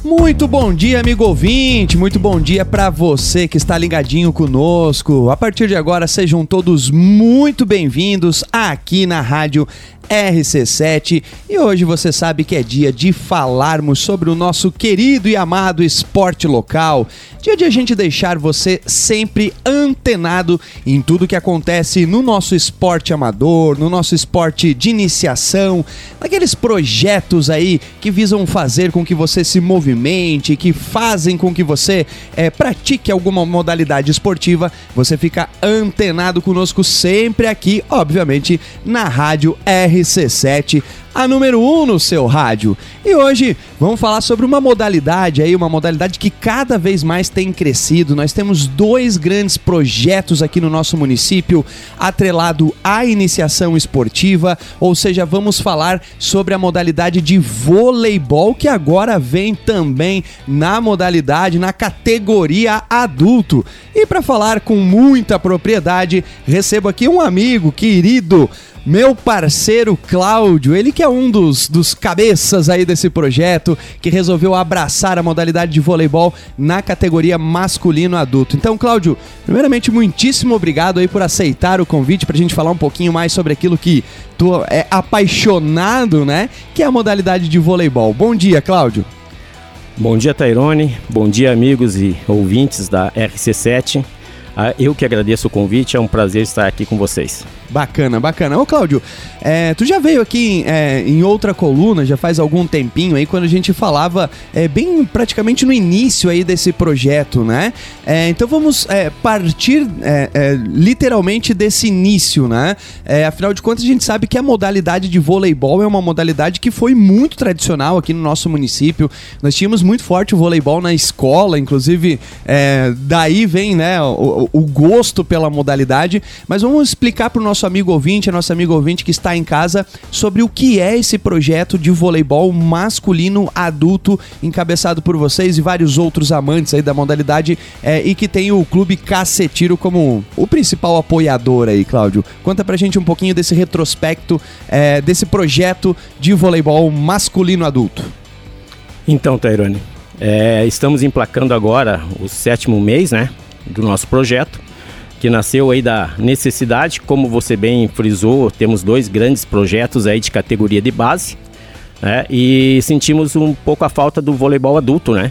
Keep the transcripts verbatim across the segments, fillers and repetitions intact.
Muito bom dia, amigo ouvinte, muito bom dia para você que está ligadinho conosco. A partir de agora, sejam todos muito bem-vindos aqui na Rádio R C sete, e hoje você sabe que é dia de falarmos sobre o nosso querido e amado esporte local, dia de a gente deixar você sempre antenado em tudo que acontece no nosso esporte amador, no nosso esporte de iniciação, naqueles projetos aí que visam fazer com que você se movimente, que fazem com que você é, pratique alguma modalidade esportiva. Você fica antenado conosco sempre aqui, obviamente, na Rádio R C sete, a número um no seu rádio. E hoje vamos falar sobre uma modalidade aí, uma modalidade que cada vez mais tem crescido. Nós temos dois grandes projetos aqui no nosso município, atrelado à iniciação esportiva, ou seja, vamos falar sobre a modalidade de voleibol, que agora vem também na modalidade, na categoria adulto. E para falar com muita propriedade, recebo aqui um amigo querido, meu parceiro Cláudio, ele que é um dos, dos cabeças aí desse projeto, que resolveu abraçar a modalidade de voleibol na categoria masculino adulto. Então, Cláudio, primeiramente, muitíssimo obrigado aí por aceitar o convite pra gente falar um pouquinho mais sobre aquilo que tu é apaixonado, né? Que é a modalidade de voleibol. Bom dia, Cláudio. Bom dia, Tairone. Bom dia, amigos e ouvintes da R C sete. Eu que agradeço o convite, é um prazer estar aqui com vocês. Bacana, bacana. Ô, Cláudio, é, tu já veio aqui é, em outra coluna, já faz algum tempinho aí, quando a gente falava é, bem praticamente no início aí desse projeto, né? É, então vamos é, partir é, é, literalmente desse início, né? É, afinal de contas, a gente sabe que a modalidade de voleibol é uma modalidade que foi muito tradicional aqui no nosso município. Nós tínhamos muito forte o voleibol na escola, inclusive é, daí vem, né, o, o gosto pela modalidade. Mas vamos explicar para o nosso amigo ouvinte, a nossa amiga ouvinte que está em casa, sobre o que é esse projeto de voleibol masculino adulto, encabeçado por vocês e vários outros amantes aí da modalidade, é, e que tem o Clube Cacetiro como o principal apoiador aí, Cláudio. Conta pra gente um pouquinho desse retrospecto, é, desse projeto de voleibol masculino adulto. Então, Tairone, é, estamos emplacando agora o sétimo mês, né, do nosso projeto, que nasceu aí da necessidade. Como você bem frisou, temos dois grandes projetos aí de categoria de base, né? E sentimos um pouco a falta do voleibol adulto, né?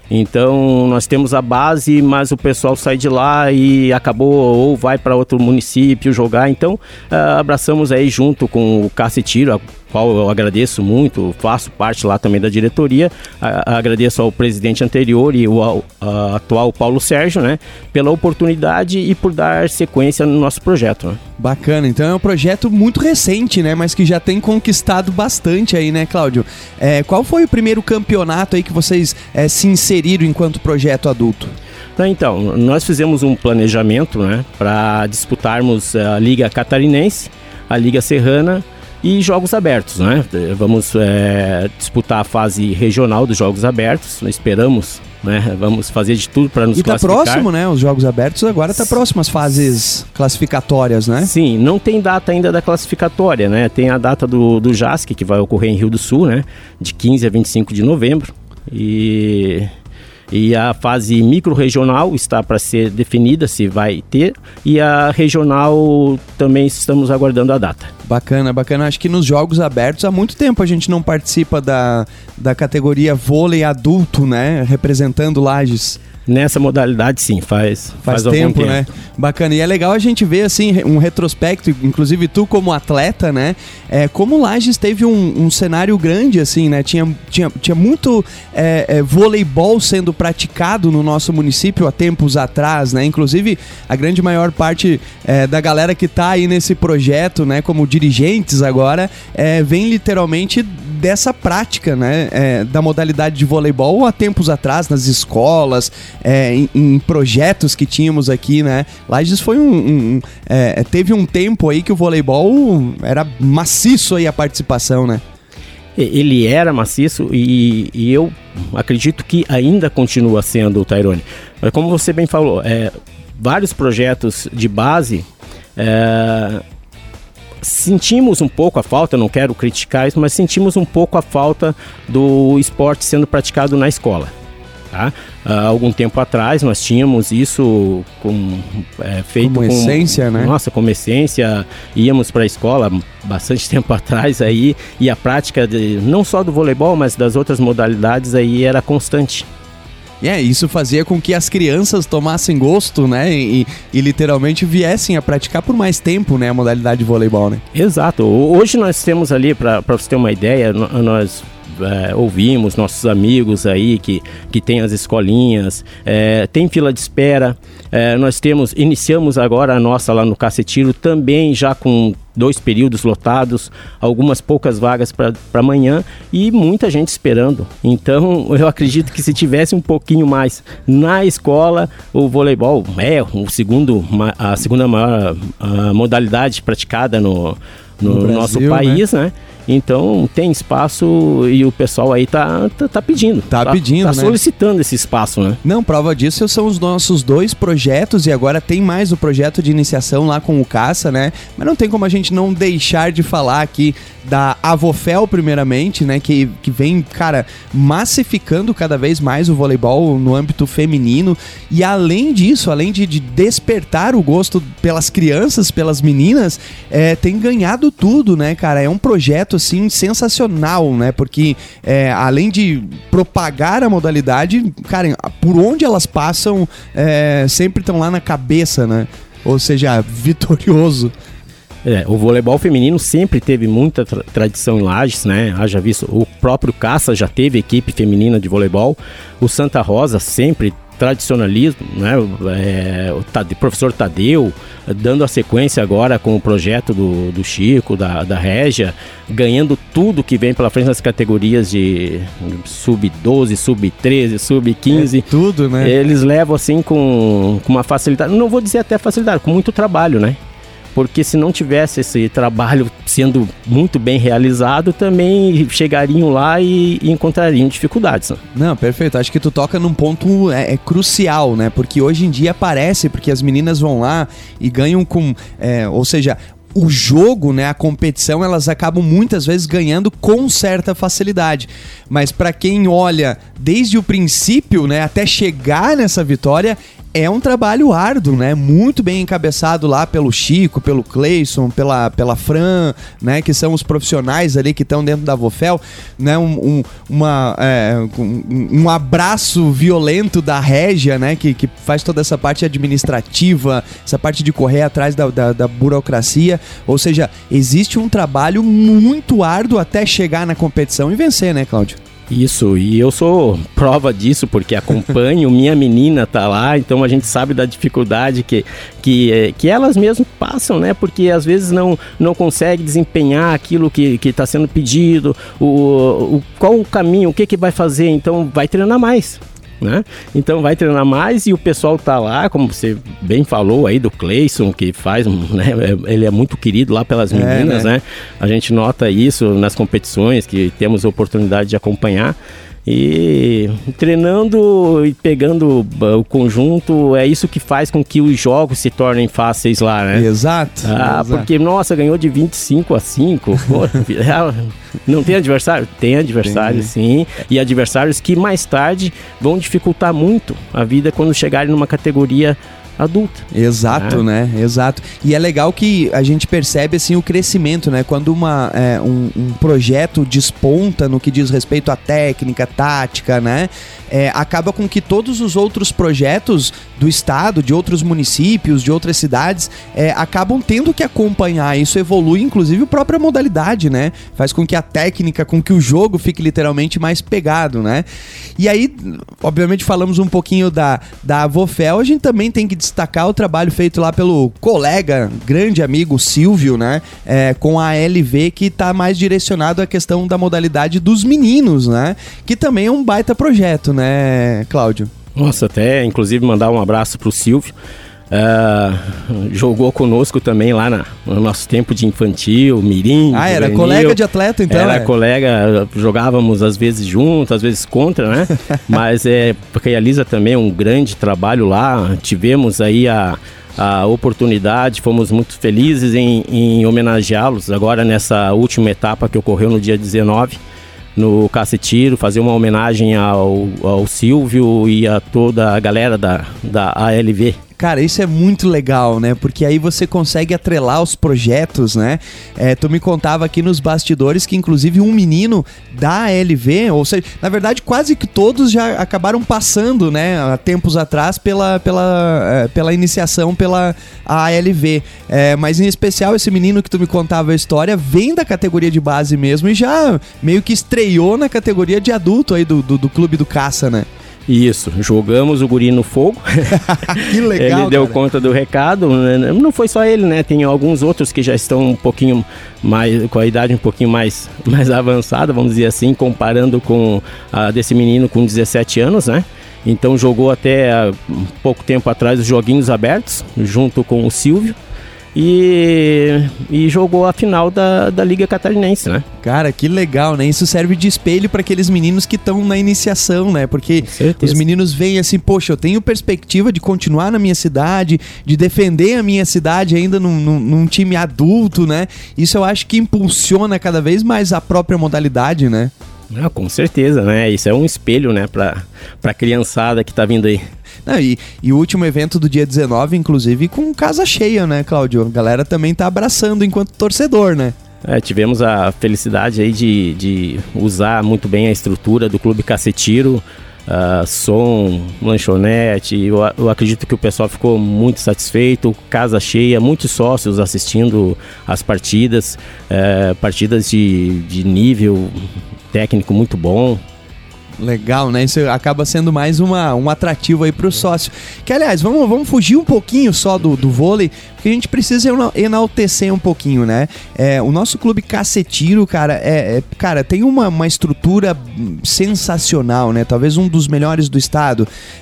Então nós temos a base, mas o pessoal sai de lá e acabou ou vai para outro município jogar. Então uh, abraçamos aí junto com o Cacetiro, a qual eu agradeço muito, faço parte lá também da diretoria. A, agradeço ao presidente anterior e o ao, a, atual Paulo Sérgio, né, pela oportunidade e por dar sequência no nosso projeto, né? Bacana, então é um projeto muito recente, né, mas que já tem conquistado bastante aí, né, Cláudio? É, qual foi o primeiro campeonato aí que vocês é, se inseriram enquanto projeto adulto? Então, nós fizemos um planejamento, né, para disputarmos a Liga Catarinense, a Liga Serrana e Jogos Abertos, né? Vamos é, disputar a fase regional dos Jogos Abertos, nós esperamos, né? Vamos fazer de tudo para nos e tá classificar. Próximo, né? Os Jogos Abertos agora tá próximo às fases classificatórias, né? Sim, não tem data ainda da classificatória, né? Tem a data do, do J A S C, que vai ocorrer em Rio do Sul, né? De quinze a vinte e cinco de novembro. E... E a fase micro-regional está para ser definida, se vai ter. E a regional também estamos aguardando a data. Bacana, bacana. Acho que nos Jogos Abertos há muito tempo a gente não participa da, da categoria vôlei adulto, né? Representando Lages. Nessa modalidade, sim, faz, faz, faz tempo, algum tempo, né? Bacana. E é legal a gente ver, assim, um retrospecto, inclusive tu como atleta, né? É, como Lages teve um, um cenário grande, assim, né? Tinha, tinha, tinha muito é, é, voleibol sendo praticado no nosso município há tempos atrás, né? Inclusive, a grande maior parte é, da galera que tá aí nesse projeto, né? Como dirigentes agora, é, vem literalmente dessa prática, né, é, da modalidade de voleibol há tempos atrás, nas escolas, é, em, em projetos que tínhamos aqui, né. Lages foi um, um é, teve um tempo aí que o voleibol era maciço aí a participação, né. Ele era maciço e, e eu acredito que ainda continua sendo, Tairone. Mas como você bem falou, é, vários projetos de base é, sentimos um pouco a falta, não quero criticar isso, mas sentimos um pouco a falta do esporte sendo praticado na escola. Tá? Há algum tempo atrás nós tínhamos isso com, é, feito como com, essência, né? Nossa, como essência, íamos para a escola bastante tempo atrás aí, e a prática de, não só do voleibol, mas das outras modalidades aí era constante. É, isso fazia com que as crianças tomassem gosto, né, e, e literalmente viessem a praticar por mais tempo, né, a modalidade de voleibol, né? Exato. Hoje nós temos ali, para você ter uma ideia, nós é, ouvimos nossos amigos aí que, que tem as escolinhas, é, tem fila de espera, é, nós temos, iniciamos agora a nossa lá no Cacetiro também já com dois períodos lotados, algumas poucas vagas para amanhã e muita gente esperando. Então, eu acredito que se tivesse um pouquinho mais na escola, o voleibol é o segundo, a segunda maior a modalidade praticada no, no, no Brasil, nosso país, né? né? Então tem espaço e o pessoal aí tá, tá, tá pedindo. Tá, tá pedindo, tá né? solicitando esse espaço, né? Não, prova disso são os nossos dois projetos e agora tem mais o projeto de iniciação lá com o Caça, né? Mas não tem como a gente não deixar de falar aqui da Avofel, primeiramente, né? Que, que vem, cara, massificando cada vez mais o voleibol no âmbito feminino. E além disso, além de, de despertar o gosto pelas crianças, pelas meninas, é, tem ganhado tudo, né, cara? É um projeto, assim, sensacional, né? Porque é, além de propagar a modalidade, cara, por onde elas passam, é, sempre estão lá na cabeça, né? Ou seja, vitorioso. É, o voleibol feminino sempre teve muita tra- tradição em Lages, né? Haja visto, o próprio Caça já teve equipe feminina de voleibol, o Santa Rosa sempre tradicionalismo, né? É, o Tade, professor Tadeu dando a sequência agora com o projeto do, do Chico, da, da Régia, ganhando tudo que vem pela frente nas categorias de sub doze, sub treze, sub quinze. É tudo, né? Eles levam assim com, com uma facilidade, não vou dizer até facilidade, com muito trabalho, né? Porque se não tivesse esse trabalho sendo muito bem realizado, também chegariam lá e, e encontrariam dificuldades. Né? Não, perfeito. Acho que tu toca num ponto é, é crucial, né? Porque hoje em dia parece, porque as meninas vão lá e ganham com... É, ou seja... O jogo, né, a competição, elas acabam muitas vezes ganhando com certa facilidade. Mas para quem olha desde o princípio, né, até chegar nessa vitória, é um trabalho árduo, né? Muito bem encabeçado lá pelo Chico, pelo Cleison, pela, pela Fran, né? Que são os profissionais ali que estão dentro da Avofel, né? Um, um, uma, é, um, um abraço violento da Régia, né? Que, que faz toda essa parte administrativa, essa parte de correr atrás da, da, da burocracia. Ou seja, existe um trabalho muito árduo até chegar na competição e vencer, né, Cláudio? Isso, e eu sou prova disso porque acompanho, minha menina tá lá, então a gente sabe da dificuldade que, que, que elas mesmas passam, né? Porque às vezes não, não consegue desempenhar aquilo que está sendo pedido, o, o, qual o caminho, o que, que vai fazer, então vai treinar mais. Né? Então vai treinar mais e o pessoal tá lá, como você bem falou aí do Cleison, que faz, né? Ele é muito querido lá pelas meninas, é, né? né? A gente nota isso nas competições que temos a oportunidade de acompanhar. E treinando e pegando o conjunto, é isso que faz com que os jogos se tornem fáceis lá, né? Exato. Ah, exato. Porque, nossa, ganhou de vinte e cinco a cinco. Pô, não tem adversário? Tem adversário, tem. Sim. E adversários que mais tarde vão dificultar muito a vida quando chegarem numa categoria adulta. Exato, é. né? Exato. E é legal que a gente percebe assim o crescimento, né? Quando uma, é, um, um projeto desponta no que diz respeito à técnica, tática, né? É, acaba com que todos os outros projetos do estado, de outros municípios, de outras cidades, é, acabam tendo que acompanhar. Isso evolui, inclusive, a própria modalidade, né? Faz com que a técnica, com que o jogo fique literalmente mais pegado, né? E aí, obviamente, falamos um pouquinho da, da Avofel, a gente também tem que destacar o trabalho feito lá pelo colega, grande amigo Silvio, né? É, com a L V, que está mais direcionado à questão da modalidade dos meninos, né? Que também é um baita projeto, né, Cláudio? Nossa, até inclusive mandar um abraço pro Silvio. Uh, jogou conosco também lá na, no nosso tempo de infantil, mirim. Ah, era juvenil. Colega de atleta, então? Era é. colega, jogávamos às vezes juntos, às vezes contra, né? Mas é, realiza também um grande trabalho lá. Tivemos aí a, a oportunidade, fomos muito felizes em, em homenageá-los agora nessa última etapa que ocorreu no dia dezenove, no Cacetiro, fazer uma homenagem ao, ao Silvio e a toda a galera da, da A L V. Cara, isso é muito legal, né? Porque aí você consegue atrelar os projetos, né? É, tu me contava aqui nos bastidores que inclusive um menino da A L V, ou seja, na verdade quase que todos já acabaram passando, né? Há tempos atrás pela, pela, pela iniciação pela A L V. É, mas em especial esse menino que tu me contava a história vem da categoria de base mesmo e já meio que estreou na categoria de adulto aí do, do, do Clube do Caça, né? Isso, jogamos o guri no fogo. Que legal, ele deu cara. conta do recado, não foi só ele, né? Tem alguns outros que já estão um pouquinho mais, com a idade um pouquinho mais, mais avançada, vamos dizer assim, comparando com a desse menino com dezessete anos, né? Então jogou até há pouco tempo atrás os joguinhos abertos, junto com o Silvio. E, e jogou a final da, da Liga Catarinense, né? Cara, que legal, né? Isso serve de espelho para aqueles meninos que estão na iniciação, né? Porque os meninos veem assim, poxa, eu tenho perspectiva de continuar na minha cidade, de defender a minha cidade ainda num, num, num time adulto, né? Isso eu acho que impulsiona cada vez mais a própria modalidade, né? Ah, com certeza, né? Isso é um espelho, né? Pra, pra criançada que tá vindo aí. Não, e, e o último evento do dia dezenove, inclusive, com casa cheia, né, Cláudio? A galera também tá abraçando enquanto torcedor, né? É, tivemos a felicidade aí de, de usar muito bem a estrutura do Clube Cacetiro, uh, som, lanchonete. Eu, eu acredito que o pessoal ficou muito satisfeito, casa cheia, muitos sócios assistindo as partidas, uh, partidas de, de nível técnico muito bom. Legal, né? Isso acaba sendo mais uma, um atrativo aí pro sócio. Que, aliás, vamos, vamos fugir um pouquinho só do, do vôlei, porque a gente precisa enaltecer um pouquinho, né? É, o nosso Clube Cacetiro, cara, é, é, cara tem uma, uma estrutura sensacional, né? Talvez um dos melhores do estado.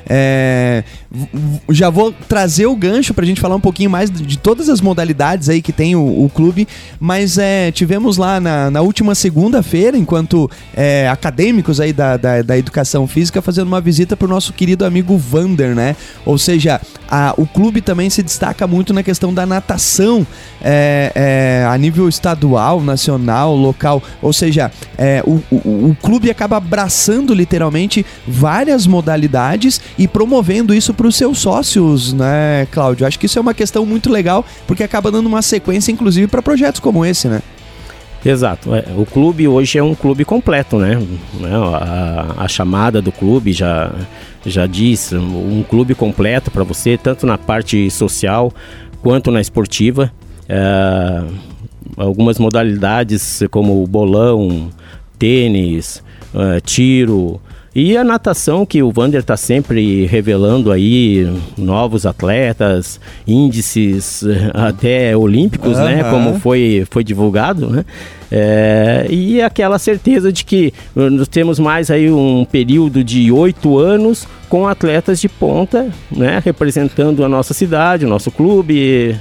É, já vou trazer o gancho pra gente falar um pouquinho mais de, de todas as modalidades aí que tem o, o clube, mas é, tivemos lá na, na última segunda-feira, enquanto é, acadêmicos aí da, da da educação física, fazendo uma visita pro nosso querido amigo Vander, né? Ou seja, a, o clube também se destaca muito na questão da natação é, é, a nível estadual, nacional, local. Ou seja, é, o, o, o clube acaba abraçando literalmente várias modalidades e promovendo isso para os seus sócios, né, Cláudio? Acho que isso é uma questão muito legal, porque acaba dando uma sequência, inclusive, para projetos como esse, né? Exato, o clube hoje é um clube completo, né? A, a chamada do clube já, já diz, um clube completo para você, tanto na parte social quanto na esportiva. É, algumas modalidades como o bolão, tênis, é, tiro e a natação, que o Vander está sempre revelando aí novos atletas, índices até olímpicos, uhum. né? Como foi, foi divulgado, né? É, e aquela certeza de que nós temos mais aí um período de oito anos com atletas de ponta, né, representando a nossa cidade, o nosso clube,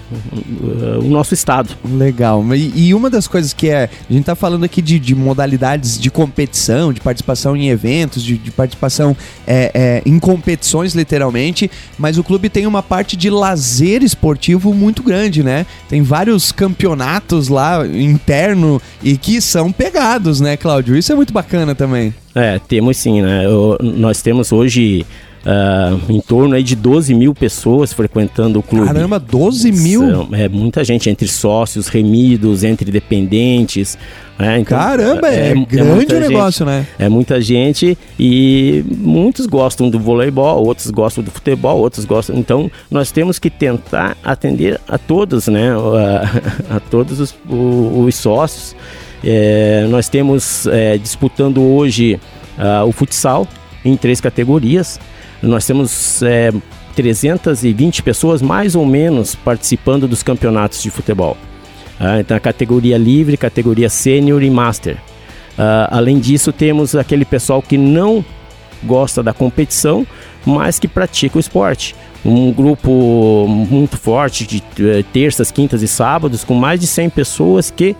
o nosso estado. Legal. E, e uma das coisas que é, a gente tá falando aqui de, de modalidades de competição, de participação em eventos, de, de participação é, é, em competições, literalmente, mas o clube tem uma parte de lazer esportivo muito grande, né? Tem vários campeonatos lá interno e que são pegados, né, Cláudio? Isso é muito bacana também. É, temos sim, né? Eu, nós temos hoje uh, em torno aí de doze mil pessoas frequentando o clube. Caramba, doze mil? São, é muita gente, entre sócios, remidos, entre dependentes. Né? Então, Caramba, é, é grande o negócio, né? É muita gente e muitos gostam do voleibol, outros gostam do futebol, outros gostam... Então, nós temos que tentar atender a todos, né? A, a todos os, os, os sócios. É, nós temos é, disputando hoje uh, o futsal em três categorias. Nós temos é, trezentas e vinte pessoas mais ou menos participando dos campeonatos de futebol. Uh, então a categoria livre, categoria sênior e master. Uh, além disso, temos aquele pessoal que não gosta da competição, mas que pratica o esporte. Um grupo muito forte de uh, terças, quintas e sábados, com mais de cem pessoas que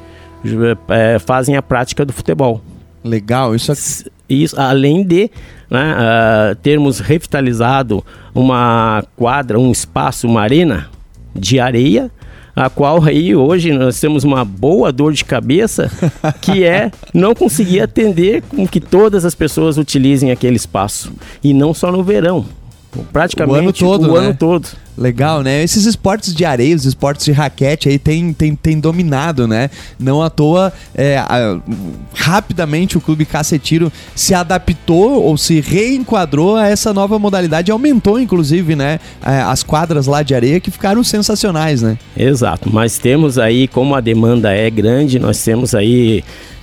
É, fazem a prática do futebol. Legal, isso aqui... Isso, além de né, uh, termos revitalizado uma quadra, um espaço, uma arena de areia, a qual aí hoje nós temos uma boa dor de cabeça, que é não conseguir atender com que todas as pessoas utilizem aquele espaço. E não só no verão, praticamente o ano todo. O né? ano todo. Legal, né? Esses esportes de areia, os esportes de raquete aí tem, tem, tem dominado, né? Não à toa, é, a, rapidamente o Clube Cacetiro se adaptou ou se reenquadrou a essa nova modalidade, aumentou inclusive, né? As quadras lá de areia que ficaram sensacionais, né? Exato, mas temos aí, como a demanda é grande, nós temos aí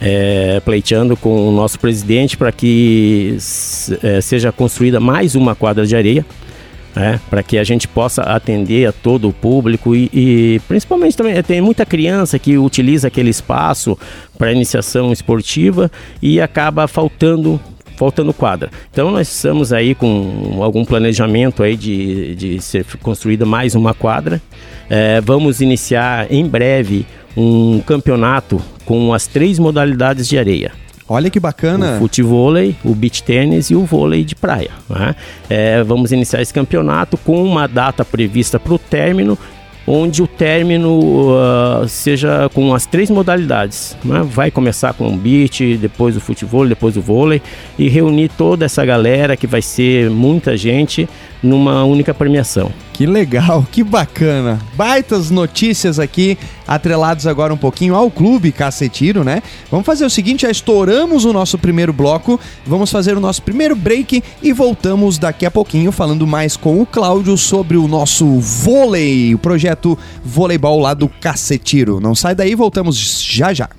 é, pleiteando com o nosso presidente para que é, seja construída mais uma quadra de areia. É, para que a gente possa atender a todo o público e, e principalmente também tem muita criança que utiliza aquele espaço para iniciação esportiva e acaba faltando faltando quadra. Então nós estamos aí com algum planejamento aí de, de ser construída mais uma quadra. É, vamos iniciar em breve um campeonato com as três modalidades de areia. Olha que bacana. O futevôlei, o beach tênis e o vôlei de praia. Né? É, vamos iniciar esse campeonato com uma data prevista para o término, onde o término uh, seja com as três modalidades. Né? Vai começar com o beach, depois o futevôlei, depois o vôlei, e reunir toda essa galera, que vai ser muita gente, numa única premiação. Que legal, que bacana. Baitas notícias aqui, atrelados agora um pouquinho ao Clube Cacetiro, né? Vamos fazer o seguinte, já estouramos o nosso primeiro bloco, vamos fazer o nosso primeiro break e voltamos daqui a pouquinho falando mais com o Cláudio sobre o nosso vôlei, o projeto Voleibol lá do Cacetiro. Não sai daí, voltamos já já.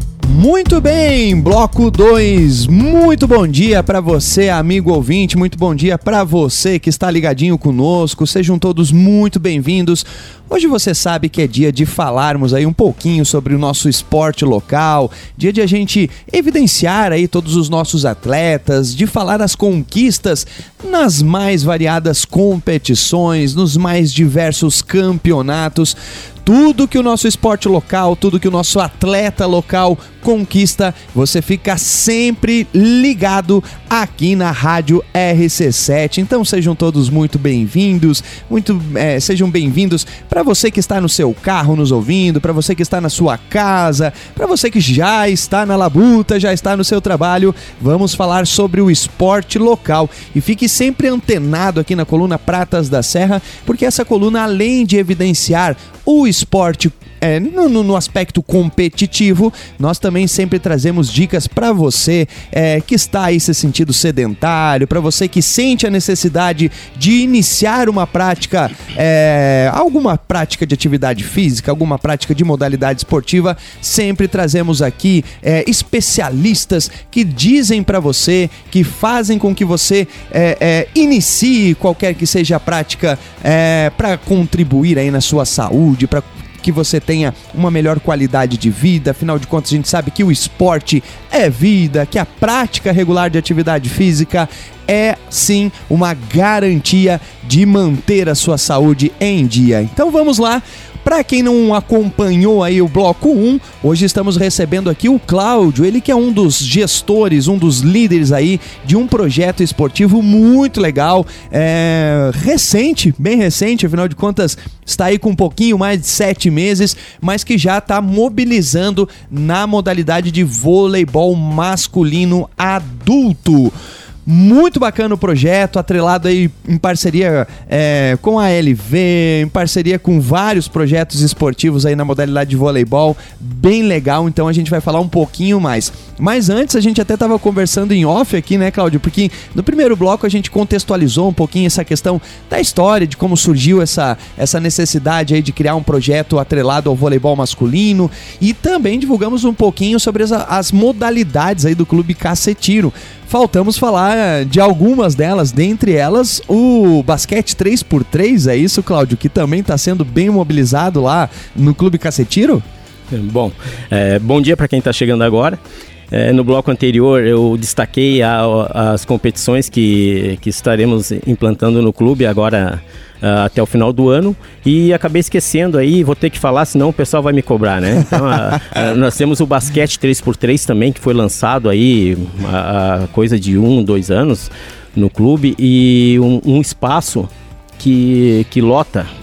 Muito bem, bloco dois, muito bom dia para você, amigo ouvinte, muito bom dia para você que está ligadinho conosco, sejam todos muito bem-vindos. Hoje você sabe que é dia de falarmos aí um pouquinho sobre o nosso esporte local, dia de a gente evidenciar aí todos os nossos atletas, de falar as conquistas nas mais variadas competições, nos mais diversos campeonatos. Tudo que o nosso esporte local, tudo que o nosso atleta local conquista, você fica sempre ligado aqui na Rádio R C sete. Então sejam todos muito bem-vindos, muito, é, sejam bem-vindos para você que está no seu carro nos ouvindo, para você que está na sua casa, para você que já está na labuta, já está no seu trabalho. Vamos falar sobre o esporte local e fique sempre antenado aqui na coluna Pratas da Serra, porque essa coluna, além de evidenciar o esporte é, no, no aspecto competitivo, nós também sempre trazemos dicas para você é, que está aí se sentindo sedentário, para você que sente a necessidade de iniciar uma prática, é, alguma prática de atividade física, alguma prática de modalidade esportiva. Sempre trazemos aqui é, especialistas que dizem para você, que fazem com que você é, é, inicie qualquer que seja a prática é, para contribuir aí na sua saúde, para que você tenha uma melhor qualidade de vida. Afinal de contas, a gente sabe que o esporte é vida, que a prática regular de atividade física é sim uma garantia de manter a sua saúde em dia. Então vamos lá. Para quem não acompanhou aí o bloco um, hoje estamos recebendo aqui o Cláudio, ele que é um dos gestores, um dos líderes aí de um projeto esportivo muito legal, é, recente, bem recente, afinal de contas está aí com um pouquinho mais de sete meses, mas que já está mobilizando na modalidade de voleibol masculino adulto. Muito bacana o projeto, atrelado aí em parceria é, com a L V, em parceria com vários projetos esportivos aí na modalidade de voleibol, bem legal. Então a gente vai falar um pouquinho mais. Mas antes a gente até estava conversando em off aqui, né, Cláudio? Porque no primeiro bloco a gente contextualizou um pouquinho essa questão da história, de como surgiu essa, essa necessidade aí de criar um projeto atrelado ao voleibol masculino, e também divulgamos um pouquinho sobre as, as modalidades aí do Clube Cacetiro. Faltamos falar de algumas delas, dentre elas o basquete três por três, é isso, Cláudio? Que também está sendo bem mobilizado lá no Clube Cacetiro? Bom, é, bom dia para quem está chegando agora. É, no bloco anterior eu destaquei a, a, as competições que, que estaremos implantando no clube agora uh, até o final do ano, e acabei esquecendo aí, vou ter que falar, senão o pessoal vai me cobrar, né? Então a, a, nós temos o basquete três por três também, que foi lançado aí a, a coisa de um, dois anos no clube, e um, um espaço que, que lota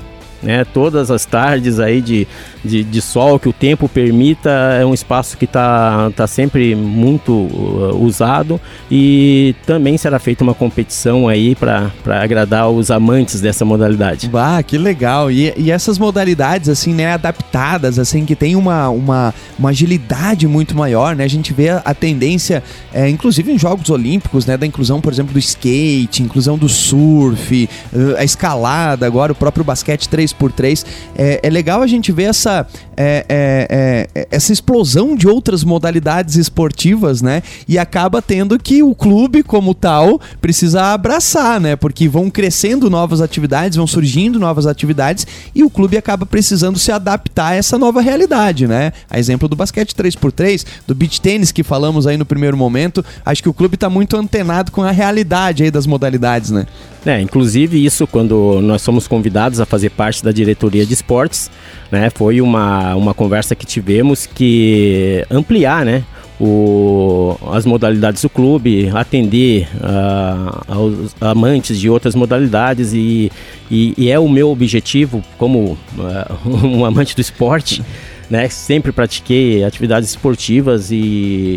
né? Todas as tardes aí de, de, de sol que o tempo permita, é um espaço que está tá sempre muito uh, usado, e também será feita uma competição aí para agradar os amantes dessa modalidade. Ah, que legal! E, e essas modalidades assim, né, adaptadas, assim, que tem uma, uma, uma agilidade muito maior, né? A gente vê a tendência, é, inclusive em Jogos Olímpicos, né, da inclusão, por exemplo, do skate, inclusão do surf, a escalada, agora o próprio basquete três por três. É, é legal a gente ver essa, é, é, é, essa explosão de outras modalidades esportivas, né? E acaba tendo que o clube, como tal, precisa abraçar, né? Porque vão crescendo novas atividades, vão surgindo novas atividades, e o clube acaba precisando se adaptar a essa nova realidade, né? A exemplo do basquete três por três, do beach tênis que falamos aí no primeiro momento, acho que o clube está muito antenado com a realidade aí das modalidades, né? É, inclusive isso, quando nós somos convidados a fazer parte da diretoria de esportes, né, foi uma, uma conversa que tivemos que ampliar, né, o, as modalidades do clube, atender uh, aos amantes de outras modalidades, e, e, e é o meu objetivo como uh, um amante do esporte, né, sempre pratiquei atividades esportivas e,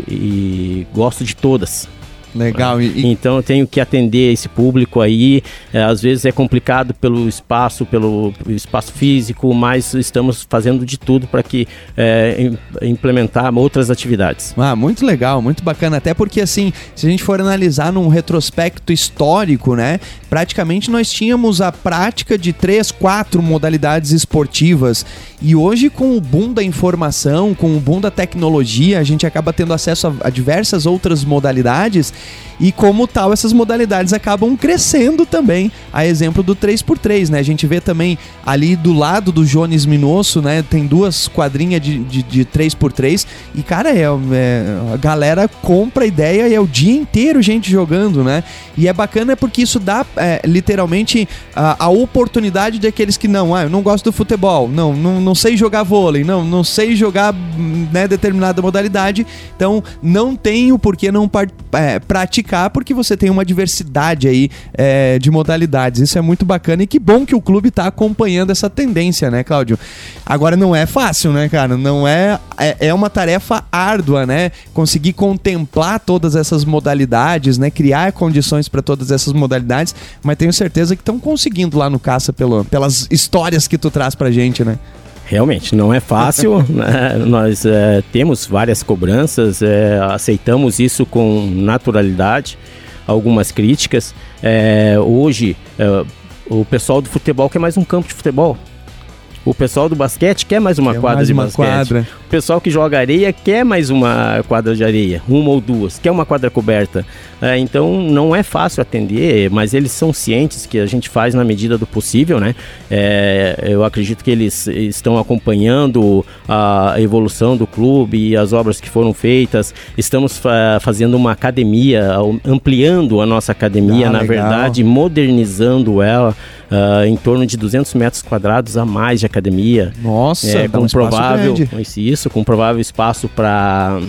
e gosto de todas. Legal. E, e... Então eu tenho que atender esse público aí, é, às vezes é complicado pelo espaço, pelo espaço físico, mas estamos fazendo de tudo para que é, implementar outras atividades. Ah, muito legal, muito bacana, até porque assim, se a gente for analisar num retrospecto histórico, né, praticamente nós tínhamos a prática de três, quatro modalidades esportivas, e hoje com o boom da informação, com o boom da tecnologia, a gente acaba tendo acesso a, a diversas outras modalidades, e como tal essas modalidades acabam crescendo também, a exemplo do três por três, né? A gente vê também ali do lado do Jones Minosso, né? Tem duas quadrinhas de, de, de três por três, e cara, é, é, a galera compra a ideia e é o dia inteiro gente jogando, né? E é bacana porque isso dá é, literalmente a, a oportunidade de aqueles que não, ah, eu não gosto do futebol, não, não, não sei jogar vôlei, não, não sei jogar, né, determinada modalidade, então não tenho por que não par, é, praticar, porque você tem uma diversidade aí é, de modalidades. Isso é muito bacana, e que bom que o clube está acompanhando essa tendência, né, Cláudio? Agora não é fácil, né, cara? Não é, é, é uma tarefa árdua, né? Conseguir contemplar todas essas modalidades, né? Criar condições para todas essas modalidades, mas tenho certeza que estão conseguindo lá no Caça pelo, pelas histórias que tu traz pra gente, né? Realmente, não é fácil, né? Nós é, temos várias cobranças, é, aceitamos isso com naturalidade, algumas críticas. É, hoje, é, o pessoal do futebol quer mais um campo de futebol. O pessoal do basquete quer mais uma quer quadra mais de uma basquete. Quadra. O pessoal que joga areia quer mais uma quadra de areia, uma ou duas, quer uma quadra coberta. É, então não é fácil atender, mas eles são cientes que a gente faz na medida do possível, né? É, eu acredito que eles estão acompanhando a evolução do clube e as obras que foram feitas. Estamos fa- fazendo uma academia, ampliando a nossa academia, ah, na legal. verdade, modernizando ela. Uh, em torno de duzentos metros quadrados a mais de academia. Nossa, é, com um provável, isso, com provável espaço para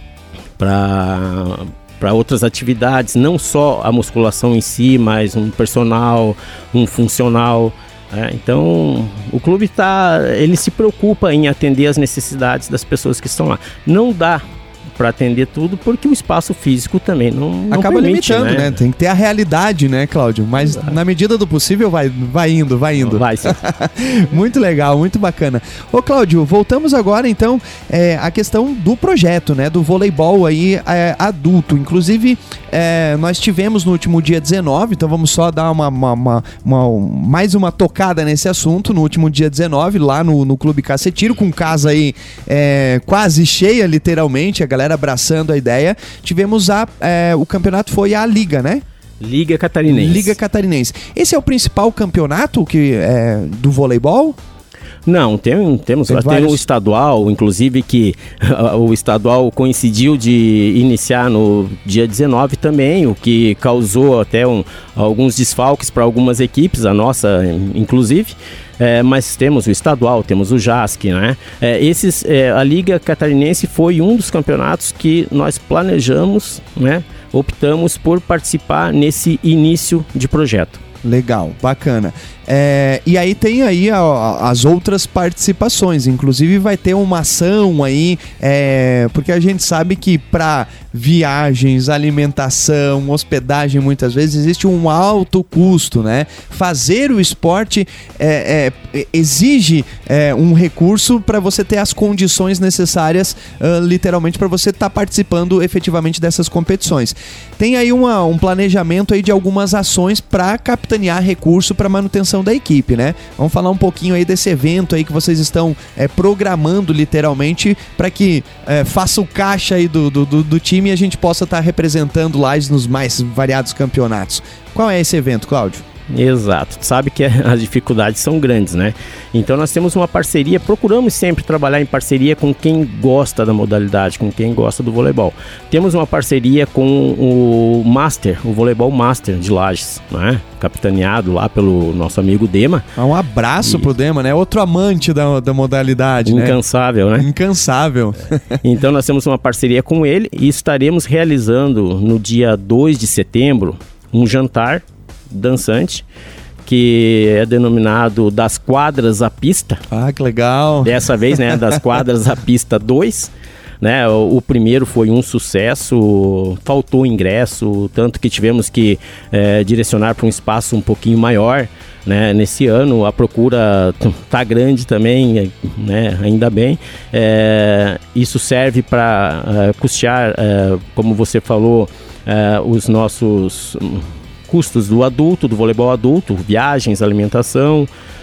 para para outras atividades, não só a musculação em si, mas um personal, um funcional. É, então o clube tá, ele se preocupa em atender as necessidades das pessoas que estão lá. Não dá para atender tudo, porque o espaço físico também não, não acaba permite, limitando, né? né? Tem que ter a realidade, né, Cláudio? Mas Exato. na medida do possível vai, vai indo, vai indo. Vai sim. Muito legal, muito bacana. Ô, Cláudio, voltamos agora então é, à questão do projeto, né? Do voleibol aí é, adulto. Inclusive, é, nós tivemos no último dia dezenove, então vamos só dar uma, uma, uma, uma mais uma tocada nesse assunto. No último dia dezenove, lá no, no Clube Cacetiro, com casa aí é, quase cheia, literalmente, a galera abraçando a ideia. Tivemos a, é, o campeonato foi a Liga, né? Liga Catarinense. Liga Catarinense. Esse é o principal campeonato que, é, do voleibol? Não, tem, temos tem, tem o estadual, inclusive que o estadual coincidiu de iniciar no dia dezenove também, o que causou até um, alguns desfalques para algumas equipes, a nossa inclusive. É, mas temos o estadual, temos o J A S C, né? É, esses, é, a Liga Catarinense foi um dos campeonatos que nós planejamos, né? Optamos por participar nesse início de projeto. Legal, bacana. É, e aí tem aí a, a, as outras participações, inclusive vai ter uma ação aí, é, porque a gente sabe que para viagens, alimentação, hospedagem, muitas vezes existe um alto custo, né? Fazer o esporte é, é, exige é, um recurso para você ter as condições necessárias, uh, literalmente, para você estar tá participando efetivamente dessas competições. Tem aí uma, um planejamento aí de algumas ações para capitanear recurso para manutenção da equipe, né? Vamos falar um pouquinho aí desse evento aí que vocês estão é, programando literalmente para que é, faça o caixa aí do, do, do, do time e a gente possa estar tá representando lá nos mais variados campeonatos. Qual é esse evento, Cláudio? Exato, tu sabe que as dificuldades são grandes, né? Então nós temos uma parceria, procuramos sempre trabalhar em parceria com quem gosta da modalidade, com quem gosta do voleibol. Temos uma parceria com o Master, o Voleibol Master de Lages, né? Capitaneado lá pelo nosso amigo Dema. Um abraço e... pro Dema, né? Outro amante da, da modalidade, Incansável, né? né? Incansável. Então nós temos uma parceria com ele e estaremos realizando no dia dois de setembro um jantar dançante, que é denominado Das Quadras à Pista. Ah, que legal! Dessa vez, né, Das Quadras à Pista dois, né, o, o primeiro foi um sucesso, faltou ingresso, tanto que tivemos que é, direcionar para um espaço um pouquinho maior, né, nesse ano a procura tá grande também, né, ainda bem, é, isso serve para é, custear, é, como você falou, é, os nossos custos do adulto, do voleibol adulto, viagens, alimentação.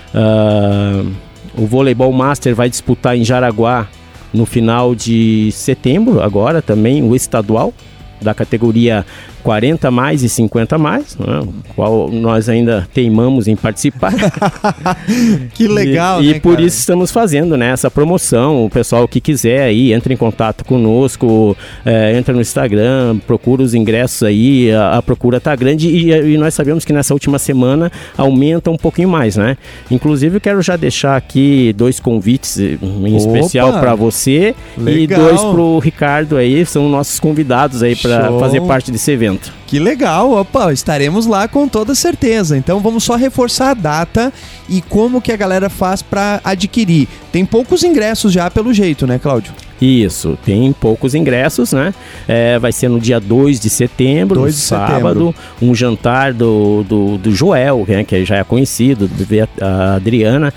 Uh, o Voleibol Master vai disputar em Jaraguá no final de setembro, agora também, o estadual da categoria quarenta mais e cinquenta mais, né, qual nós ainda teimamos em participar. Que legal, e, né, e por cara? isso estamos fazendo, né, essa promoção. O pessoal que quiser aí, entra em contato conosco, é, entra no Instagram, procura os ingressos aí, a, a procura tá grande e, e nós sabemos que nessa última semana aumenta um pouquinho mais, né? Inclusive eu quero já deixar aqui dois convites em Opa, especial para você legal. E dois pro Ricardo aí, são nossos convidados aí para fazer parte desse evento. Que legal, opa, estaremos lá com toda certeza. Então vamos só reforçar a data e como que a galera faz para adquirir. Tem poucos ingressos já pelo jeito, né, Cláudio? Isso, tem poucos ingressos, né? É, vai ser no dia dois de setembro, dois de sábado, setembro. Um jantar do, do, do Joel, né, que já é conhecido, a Adriana.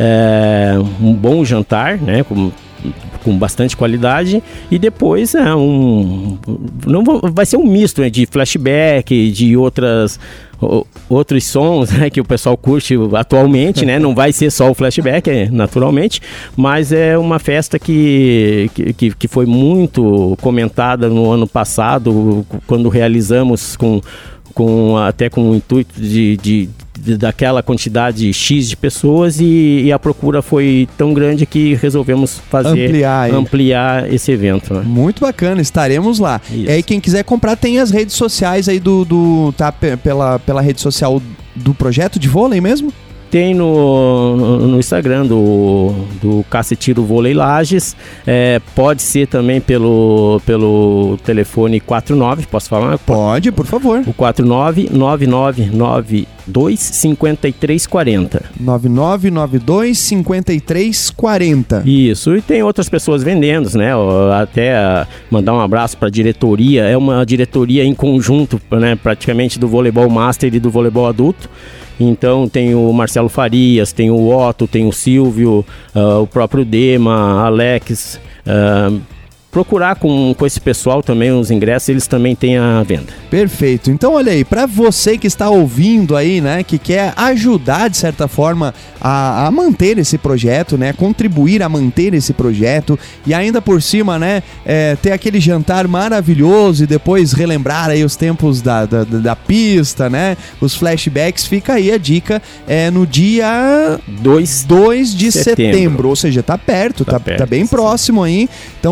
É, um bom jantar, né? Com, com bastante qualidade e depois é um não vai ser um misto, né, de flashback, de outras o, outros sons, né, que o pessoal curte atualmente, né? Não vai ser só o flashback, é, naturalmente, mas é uma festa que, que, que foi muito comentada no ano passado, quando realizamos com, com até com o intuito de, de daquela quantidade X de pessoas e, e a procura foi tão grande que resolvemos fazer ampliar, ampliar esse evento, né? Muito bacana, estaremos lá. Isso. E aí quem quiser comprar tem as redes sociais aí do, do tá pela, pela rede social do projeto de vôlei mesmo? Tem no, no, no Instagram do, do Cacetiro Vôlei Lages, é, pode ser também pelo, pelo telefone quarenta e nove, posso falar? Pode, por favor. O quarenta e nove, nove nove nove dois, cinco três quatro zero. nove nove nove dois, cinco três quatro zero. Isso, e tem outras pessoas vendendo, né? Até uh, mandar um abraço para a diretoria, é uma diretoria em conjunto, né? Praticamente do Voleibol Master e do Voleibol Adulto. Então tem o Marcelo Farias, tem o Otto, tem o Silvio, uh, o próprio Dema, Alex. Uh, procurar com, com esse pessoal também os ingressos, eles também têm a venda. Perfeito. Então olha aí, para você que está ouvindo aí, né, que quer ajudar de certa forma a, a manter esse projeto, né, contribuir a manter esse projeto e ainda por cima, né, é, ter aquele jantar maravilhoso e depois relembrar aí os tempos da, da, da pista, né, os flashbacks, fica aí a dica, é no dia dois de setembro, setembro ou seja, tá perto, tá, tá, perto, tá bem sim. próximo aí, então fica antenado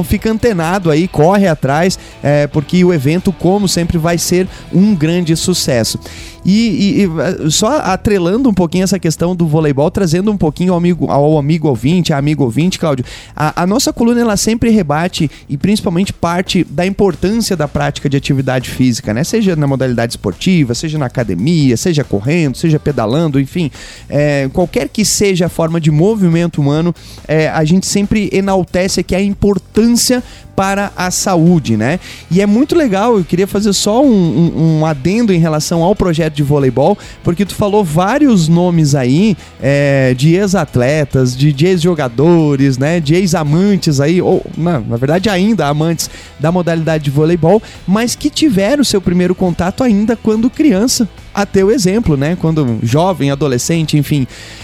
antenado aí, corre atrás, é, porque o evento, como sempre, vai ser um grande sucesso. E, e, e só atrelando um pouquinho essa questão do voleibol, trazendo um pouquinho ao amigo, ao amigo ouvinte, a amigo ouvinte, Cláudio, a, a nossa coluna ela sempre rebate e principalmente parte da importância da prática de atividade física, né? Seja na modalidade esportiva, seja na academia, seja correndo, seja pedalando, enfim, é, qualquer que seja a forma de movimento humano, é, a gente sempre enaltece aqui a importância para a saúde, né? E é muito legal, eu queria fazer só um, um, um adendo em relação ao projeto de voleibol, porque tu falou vários nomes aí, é, de ex-atletas, de, de ex-jogadores, né? De ex-amantes aí, ou na, na verdade ainda amantes da modalidade de voleibol, mas que tiveram seu primeiro contato ainda quando criança, a teu exemplo, né? Quando jovem, adolescente, enfim.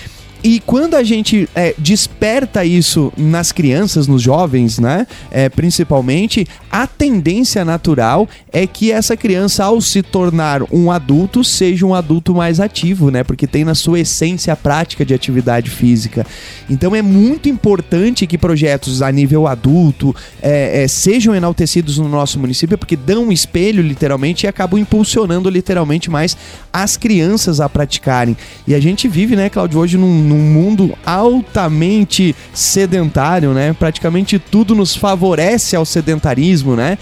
E quando a gente é, desperta isso nas crianças, nos jovens, né, é, principalmente, a tendência natural é que essa criança, ao se tornar um adulto, seja um adulto mais ativo, né, porque tem na sua essência a prática de atividade física. Então é muito importante que projetos a nível adulto é, é, sejam enaltecidos no nosso município, porque dão um espelho, literalmente, e acabam impulsionando, literalmente, mais as crianças a praticarem. E a gente vive, né, Cláudio, hoje num, num mundo altamente sedentário, né? Praticamente tudo nos favorece ao sedentarismo, né?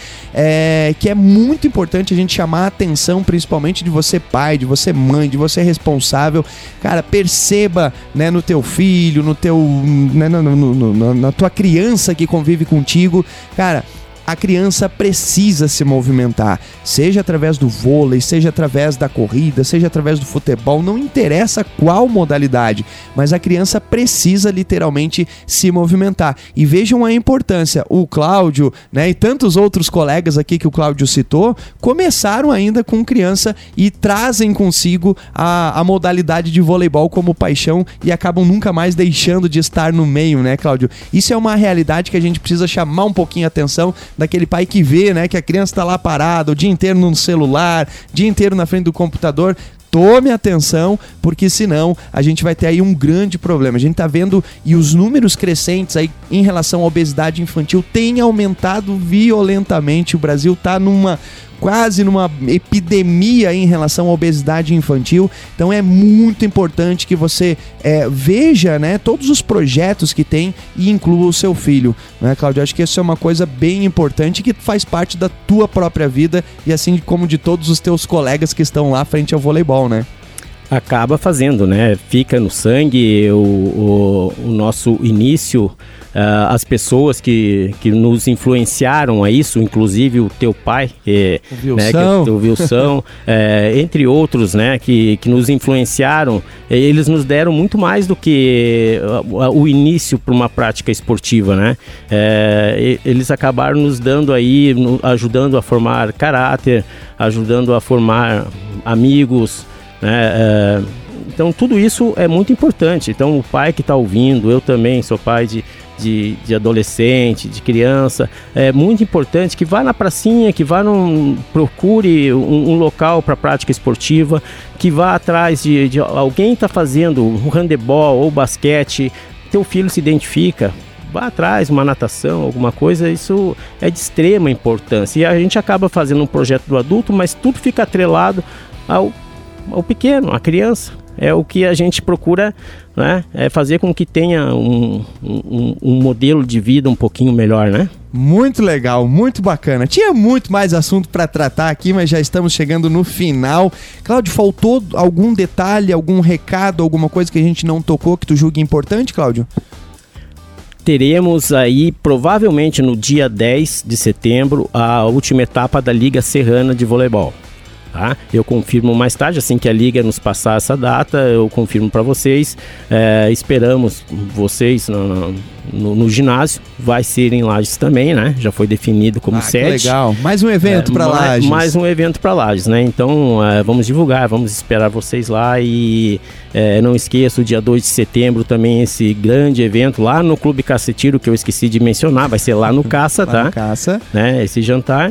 É, que é muito importante a gente chamar a atenção, principalmente de você pai, de você mãe, de você responsável. Cara, perceba, né, no teu filho, no teu, né, no, no, no, na tua criança que convive contigo, cara, a criança precisa se movimentar, seja através do vôlei, seja através da corrida, seja através do futebol, não interessa qual modalidade, mas a criança precisa literalmente se movimentar. E vejam a importância, o Cláudio, né, e tantos outros colegas aqui que o Cláudio citou, começaram ainda com criança e trazem consigo a, a modalidade de voleibol como paixão e acabam nunca mais deixando de estar no meio, né, Cláudio? Isso é uma realidade que a gente precisa chamar um pouquinho a atenção daquele pai que vê, né, que a criança está lá parada o dia inteiro no celular, o dia inteiro na frente do computador. Tome atenção, porque senão a gente vai ter aí um grande problema. A gente tá vendo, e os números crescentes aí em relação à obesidade infantil têm aumentado violentamente. O Brasil tá numa quase numa epidemia em relação à obesidade infantil. Então é muito importante que você é, veja, né, todos os projetos que tem e inclua o seu filho, né, Cláudio? Acho que isso é uma coisa bem importante que faz parte da tua própria vida e assim como de todos os teus colegas que estão lá frente ao voleibol, né? Acaba fazendo, né? Fica no sangue o, o, o nosso início, uh, as pessoas que, que nos influenciaram a isso, inclusive o teu pai, que, o Wilson, né, que, o Wilson é, entre outros, né, que, que nos influenciaram. Eles nos deram muito mais do que o, o início para uma prática esportiva, né? É, eles acabaram nos dando aí, no, ajudando a formar caráter, ajudando a formar amigos, né? É, então tudo isso é muito importante. Então o pai que está ouvindo, eu também sou pai de, de, de adolescente, de criança, é muito importante que vá na pracinha, que vá num, procure um, um local para prática esportiva, que vá atrás de, de alguém está fazendo um handebol ou basquete, teu filho se identifica, vá atrás, uma natação, alguma coisa, isso é de extrema importância. E a gente acaba fazendo um projeto do adulto, mas tudo fica atrelado ao o pequeno, a criança. É o que a gente procura, né, é fazer com que tenha um, um, um modelo de vida um pouquinho melhor, né? Muito legal, muito bacana. Tinha muito mais assunto para tratar aqui, mas já estamos chegando no final. Cláudio, faltou algum detalhe, algum recado, alguma coisa que a gente não tocou que tu julgue importante, Cláudio? Teremos aí, provavelmente no dia dez de setembro, a última etapa da Liga Serrana de Voleibol. Tá? Eu confirmo mais tarde, assim que a Liga nos passar essa data, eu confirmo para vocês. É, esperamos vocês no, no, no ginásio, vai ser em Lages também, né? Já foi definido como ah, sede. Que legal, mais um evento é, para Lages. Mais um evento para Lages, né? Então é, vamos divulgar, vamos esperar vocês lá e é, não esqueça, o dia dois de setembro também esse grande evento lá no Clube Cacetiro, que eu esqueci de mencionar, vai ser lá no Caça, lá tá? No Caça. Né? Esse jantar.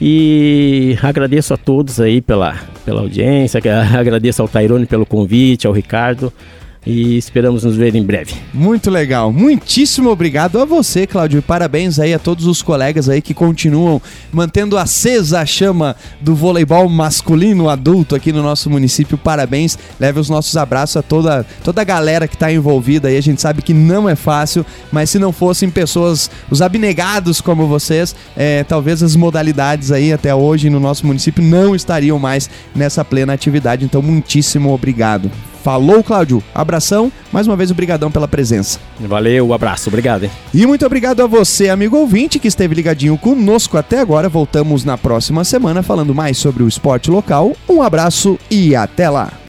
E agradeço a todos aí pela, pela audiência, agradeço ao Tairone pelo convite, ao Ricardo. e esperamos nos ver em breve. Muito legal, muitíssimo obrigado a você, Cláudio, e parabéns aí a todos os colegas aí que continuam mantendo acesa a chama do voleibol masculino adulto aqui no nosso município. Parabéns, leve os nossos abraços a toda, toda a galera que está envolvida aí. A gente sabe que não é fácil, mas se não fossem pessoas, os abnegados como vocês, é, talvez as modalidades aí até hoje no nosso município não estariam mais nessa plena atividade. Então, muitíssimo obrigado. Falou, Cláudio. Abração. Mais uma vez, obrigadão pela presença. Valeu, abraço. Obrigado, hein? E muito obrigado a você, amigo ouvinte, que esteve ligadinho conosco até agora. Voltamos na próxima semana falando mais sobre o esporte local. Um abraço e até lá.